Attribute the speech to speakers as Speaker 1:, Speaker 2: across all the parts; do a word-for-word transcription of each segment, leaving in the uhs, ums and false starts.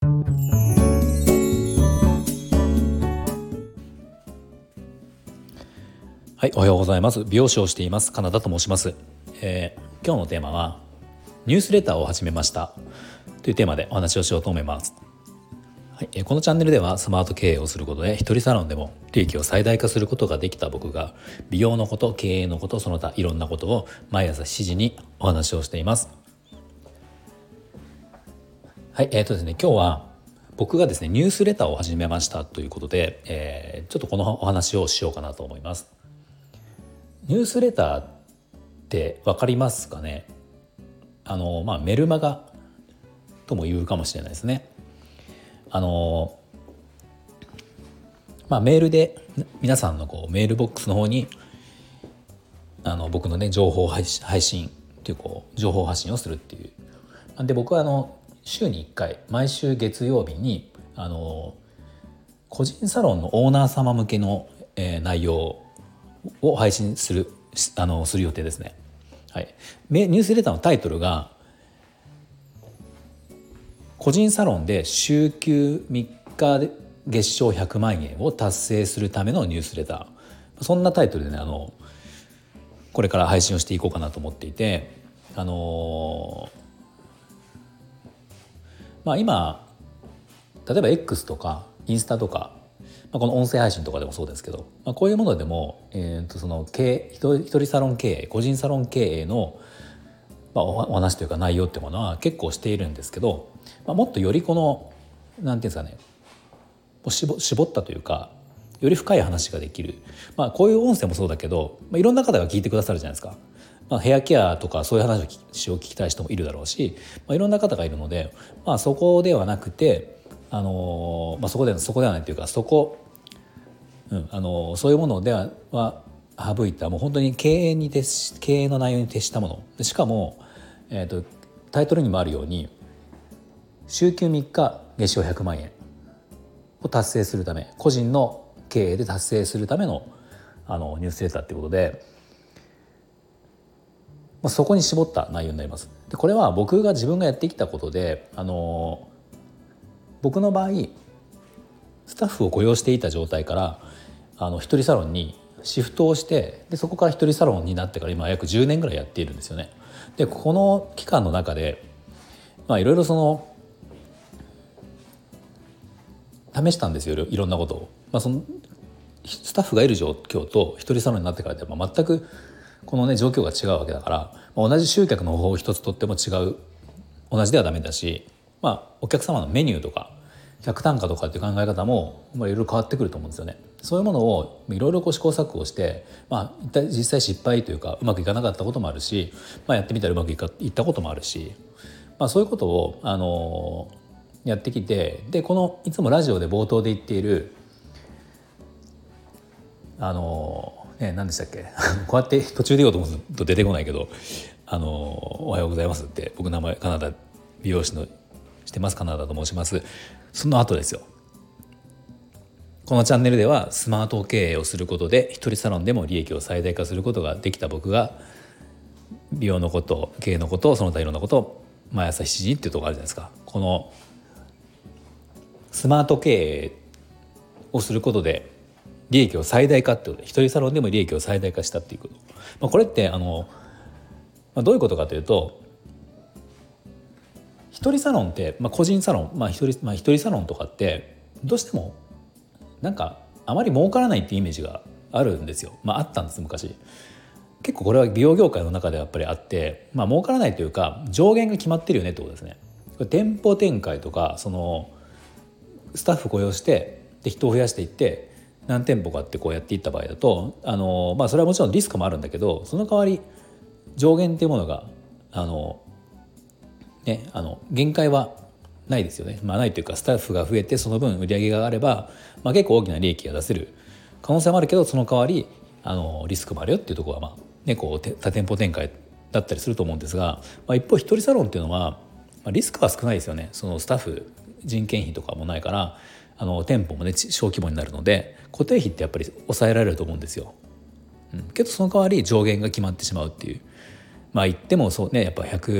Speaker 1: はい、おはようございます。美容師をしています金田と申します、えー、今日のテーマはニュースレターを始めましたというテーマでお話をしようと思います。はい、えー、このチャンネルではスマート経営をすることで一人サロンでも利益を最大化することができた僕が美容のこと、経営のこと、その他いろんなことを毎朝しちじにお話をしています。はい、えーとですね今日は僕がですねニュースレターを始めましたということで、えー、ちょっとこのお話をしようかなと思います。ニュースレターって分かりますかね。あの、まあ、メルマガとも言うかもしれないですね。あの、まあ、メールで皆さんのこうメールボックスの方にあの僕のね情報配信、配信っていうこう情報発信をするっていう。で僕はあの週にいっかい毎週月曜日にあの個人サロンのオーナー様向けの、えー、内容を配信するあのする予定ですね。はい、ニュースレターのタイトルが個人サロンで週休みっかで月賞ひゃくまんえんを達成するためのニュースレター、そんなタイトルでねあのこれから配信をしていこうかなと思っていて、あのまあ今例えば X とかインスタとか、まあ、この音声配信とかでもそうですけど、まあ、こういうものでも、えー、とその経営一人サロン経営個人サロン経営の、まあ、お話というか内容っていうものは結構しているんですけど、まあ、もっとよりこのなんていうんですかね絞絞ったというかより深い話ができる、まあ、こういう音声もそうだけど、まあ、いろんな方が聞いてくださるじゃないですか。まあ、ヘアケアとかそういう話を聞きたい人もいるだろうし、まあ、いろんな方がいるので、まあ、そこではなくてあのーまあ、そこでそこではないというかそこ、うんあのー、そういうものではは省いたもう本当に経営に徹し経営の内容に徹したもので、しかも、えーと、タイトルにもあるように週休みっか月賞ひゃくまんえんを達成するため個人の経営で達成するための、あのニュースレターということで、まあ、そこに絞った内容になります。でこれは僕が自分がやってきたことで、あのー僕の場合スタッフを雇用していた状態からあの一人サロンにシフトをして、でそこから一人サロンになってから今約じゅうねんぐらいやっているんですよね。でこの期間の中でまあいろいろその試したんですよ、いろんなことを。まあ、そのスタッフがいる状況と一人サロンになってからで、まあ、全くこのね状況が違うわけだから、まあ、同じ集客の方法を一つとっても違う、同じではダメだし、まあ、お客様のメニューとか客単価とかっていう考え方もいろいろ変わってくると思うんですよね。そういうものをいろいろ試行錯誤して、まあ、実際失敗というかうまくいかなかったこともあるし、まあ、やってみたらうまくいかいったこともあるし、まあ、そういうことを、あのー、やってきて、でこのいつもラジオで冒頭で言っているあのーね、何でしたっけこうやって途中で言おうと思うと出てこないけど、あのー、おはようございますって僕名前カナダ美容師のしてますカナダと申します。その後ですよ。このチャンネルではスマート経営をすることで一人サロンでも利益を最大化することができた僕が美容のこと経営のことその他いろんなことを毎朝しちじっていうところあるじゃないですか。このスマート経営をすることで利益を最大化ってことで一人サロンでも利益を最大化したっていうこと、まあ、これってあの、まあ、どういうことかというと一人サロンって、まあ、個人サロン、まあ一人まあ、一人サロンとかってどうしてもなんかあまり儲からないっていうイメージがあるんですよ。まああったんです昔。結構これは美容業界の中ではやっぱりあって、まあ儲からないというか上限が決まってるよねってことですね。これ店舗展開とかそのスタッフ雇用してで人を増やしていって何店舗かってこうやっていった場合だとあの、まあ、それはもちろんリスクもあるんだけどその代わり上限っていうものがあのね、あの限界はないですよね。まあないというかスタッフが増えてその分売り上げがあれば、まあ、結構大きな利益が出せる可能性もあるけどその代わりあのリスクもあるよっていうところは、まあね、こう多店舗展開だったりすると思うんですが、まあ、一方一人サロンっていうのは、まあ、リスクは少ないですよね。そのスタッフ人件費とかもないからあの店舗もね小規模になるので固定費ってやっぱり抑えられると思うんですよ。うん、けどその代わり上限が決まってしまうっていう。まあ言ってもそうねやっぱひゃく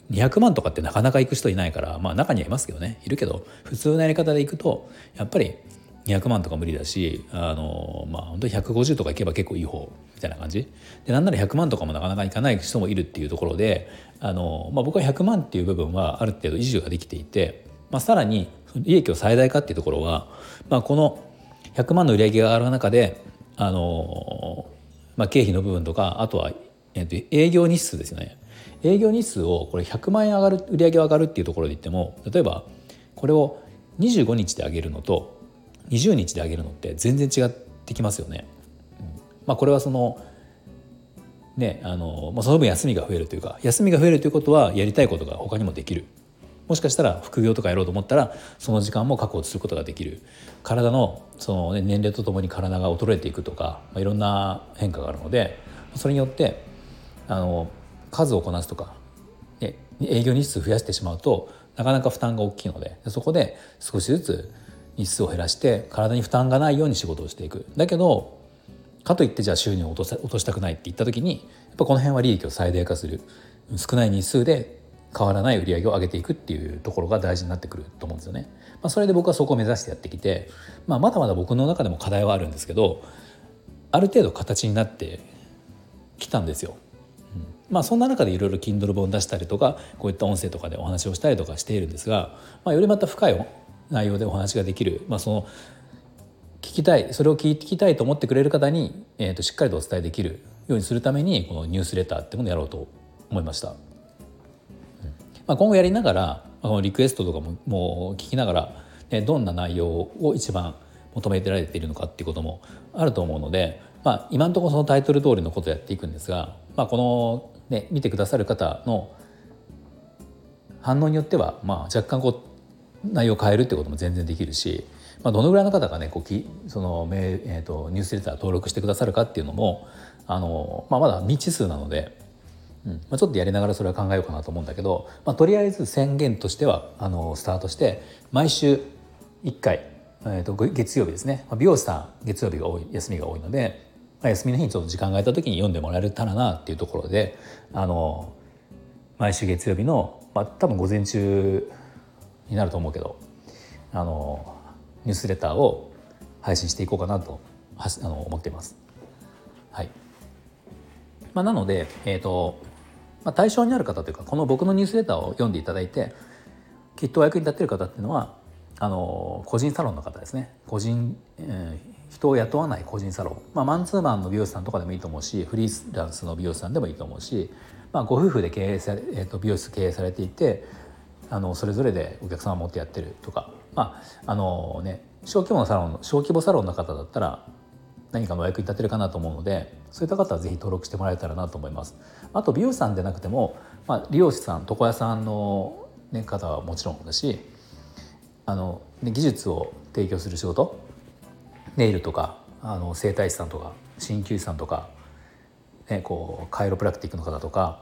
Speaker 1: にひゃくまんとかってなかなか行く人いないから、まあ中にはいますけどね、いるけど、普通のやり方で行くとやっぱりにひゃくまんとか無理だし、あのまあ本当にひゃくごじゅうとか行けば結構いい方みたいな感じで、なんならひゃくまんとかもなかなか行かない人もいるっていうところで、あの、まあ、僕はひゃくまんっていう部分はある程度維持ができていて、まあ、さらに利益を最大化っていうところは、まあ、このひゃくまんの売り上げが上がる中で、あのまあ、経費の部分とか、あとは、えー、と営業日数ですよね。営業日数をこれひゃくまん円上がる、売り上げが上がるっていうところで言っても、例えばこれをにじゅうごにちで上げるのとにじゅうにちで上げるのって全然違ってきますよね。うん、まあ、これはそのね、あのまあ、その分休みが増えるというか、休みが増えるということはやりたいことが他にもできる。もしかしたら副業とかやろうと思ったらその時間も確保することができる。体のその、ね、年齢とともに体が衰えていくとか、まあ、いろんな変化があるので、それによってあの数をこなすとか、ね、営業日数増やしてしまうとなかなか負担が大きいので、そこで少しずつ日数を減らして体に負担がないように仕事をしていく。だけどかといってじゃあ収入を落とさ、落としたくないって言った時に、やっぱこの辺は利益を最大化する、少ない日数で変わらない売り上げを上げていくっていうところが大事になってくると思うんですよね。まあ、それで僕はそこを目指してやってきて、まあ、まだまだ僕の中でも課題はあるんですけど、ある程度形になってきたんですよ。うん、まあそんな中でいろいろ Kindle 本出したりとか、こういった音声とかでお話をしたりとかしているんですが、まあ、よりまた深い内容でお話ができる、まあ、その聞きたい、それを聞きたいと思ってくれる方に、えー、としっかりとお伝えできるようにするために、このニュースレターってものをやろうと思いました。うん、まあ、今後やりながら、このリクエストとかももう聞きながら、ね、どんな内容を一番求めてられているのかっていうこともあると思うので、まあ、今のところそのタイトル通りのことをやっていくんですが、まあ、この、ね、見てくださる方の反応によっては、まあ、若干こう内容を変えるってことも全然できるし、まあ、どのぐらいの方がねこうきそのメ、えー、とニュースレター登録してくださるかっていうのもあの、まあ、まだ未知数なので、うんまあ、ちょっとやりながらそれは考えようかなと思うんだけど、まあ、とりあえず宣言としてはあのスタートして毎週いっかい、えー、と月曜日ですね、まあ、美容師さん月曜日が多い休みが多いので、まあ、休みの日にちょっと時間が空いた時に読んでもらえたらなっていうところで、あの毎週月曜日の、まあ、多分午前中になると思うけど、あのニュースレターを配信していこうかなとあの思っています。はい。まあ、なので、えーとまあ、対象になる方というか、この僕のニュースレターを読んでいただいてきっとお役に立っている方っていうのはあの個人サロンの方ですね。個人、えー、人を雇わない個人サロン、まあ、マンツーマンの美容師さんとかでもいいと思うし、フリーランスの美容師さんでもいいと思うし、まあ、ご夫婦で経営され、えーと美容室経営されていて、あのそれぞれでお客様を持ってやってるとか、まああのね、小規模のサロン小規模サロンの方だったら何かのお役に立てるかなと思うので、そういった方はぜひ登録してもらえたらなと思います。あと美容師さんでなくても、まあ、理容師さん床屋さんの、ね、方はもちろんだし、あの、ね、技術を提供する仕事、ネイルとかあの整体師さんとか鍼灸師さんとか、ね、こうカイロプラクティックの方とか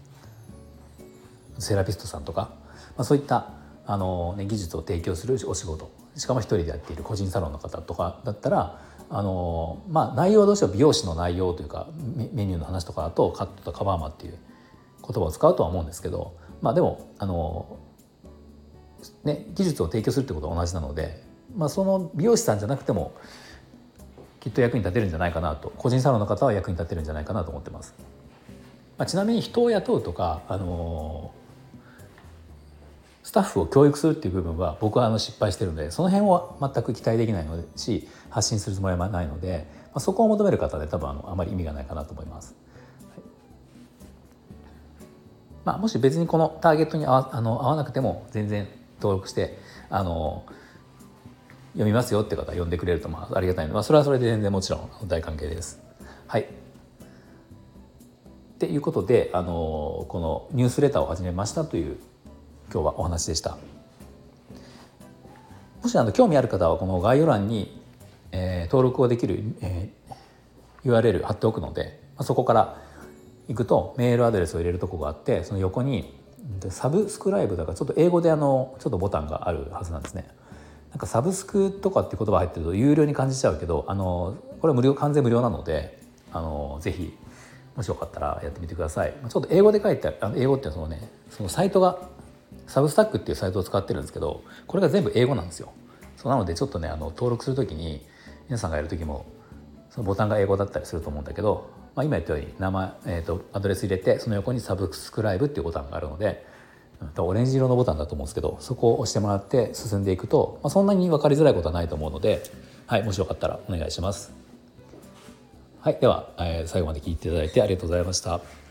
Speaker 1: セラピストさんとか、まあ、そういったあの、ね、技術を提供するお仕事、しかも一人でやっている個人サロンの方とかだったら、あの、まあ、内容はどうしても美容師の内容というかメニューの話とかだとカットとカバーマっていう言葉を使うとは思うんですけど、まあ、でもあの、ね、技術を提供するってことは同じなので、まあ、その美容師さんじゃなくてもきっと役に立てるんじゃないかなと、個人サロンの方は役に立てるんじゃないかなと思ってます。まあ、ちなみに人を雇うとか、あのスタッフを教育するっていう部分は僕はあの失敗してるので、その辺は全く期待できないのでし、発信するつもりはないので、まあ、そこを求める方で多分あのあまり意味がないかなと思います。はい、まあ、もし別にこのターゲットに合わ、あの合わなくても全然登録してあの読みますよって方は読んでくれるとまあありがたいので、まあ、それはそれで全然もちろん大歓迎です。はい。ということで、あのこのニュースレターを始めましたという今日はお話でした。もしあの興味ある方はこの概要欄に、えー、登録をできる、えー、ユーアールエル 貼っておくので、まあ、そこから行くとメールアドレスを入れるところがあって、その横にサブスクライブだからちょっと英語であのちょっとボタンがあるはずなんですね。なんかサブスクとかっていう言葉入ってると有料に感じちゃうけど、あのこれは無料、完全無料なので、あのぜひもしよかったらやってみてください。ちょっと英語で書いてある、あの英語っていうのはそのねそのサイトがサブスタックっていうサイトを使ってるんですけど、これが全部英語なんですよ。そうなのでちょっとねあの登録するときに皆さんがやるときもそのボタンが英語だったりすると思うんだけど、まあ、今言ったように名前、えーと、アドレス入れてその横にサブスクライブっていうボタンがあるので、オレンジ色のボタンだと思うんですけど、そこを押してもらって進んでいくと、まあ、そんなに分かりづらいことはないと思うので、はい、もしよかったらお願いします。はい、では、えー、最後まで聞いていただいてありがとうございました。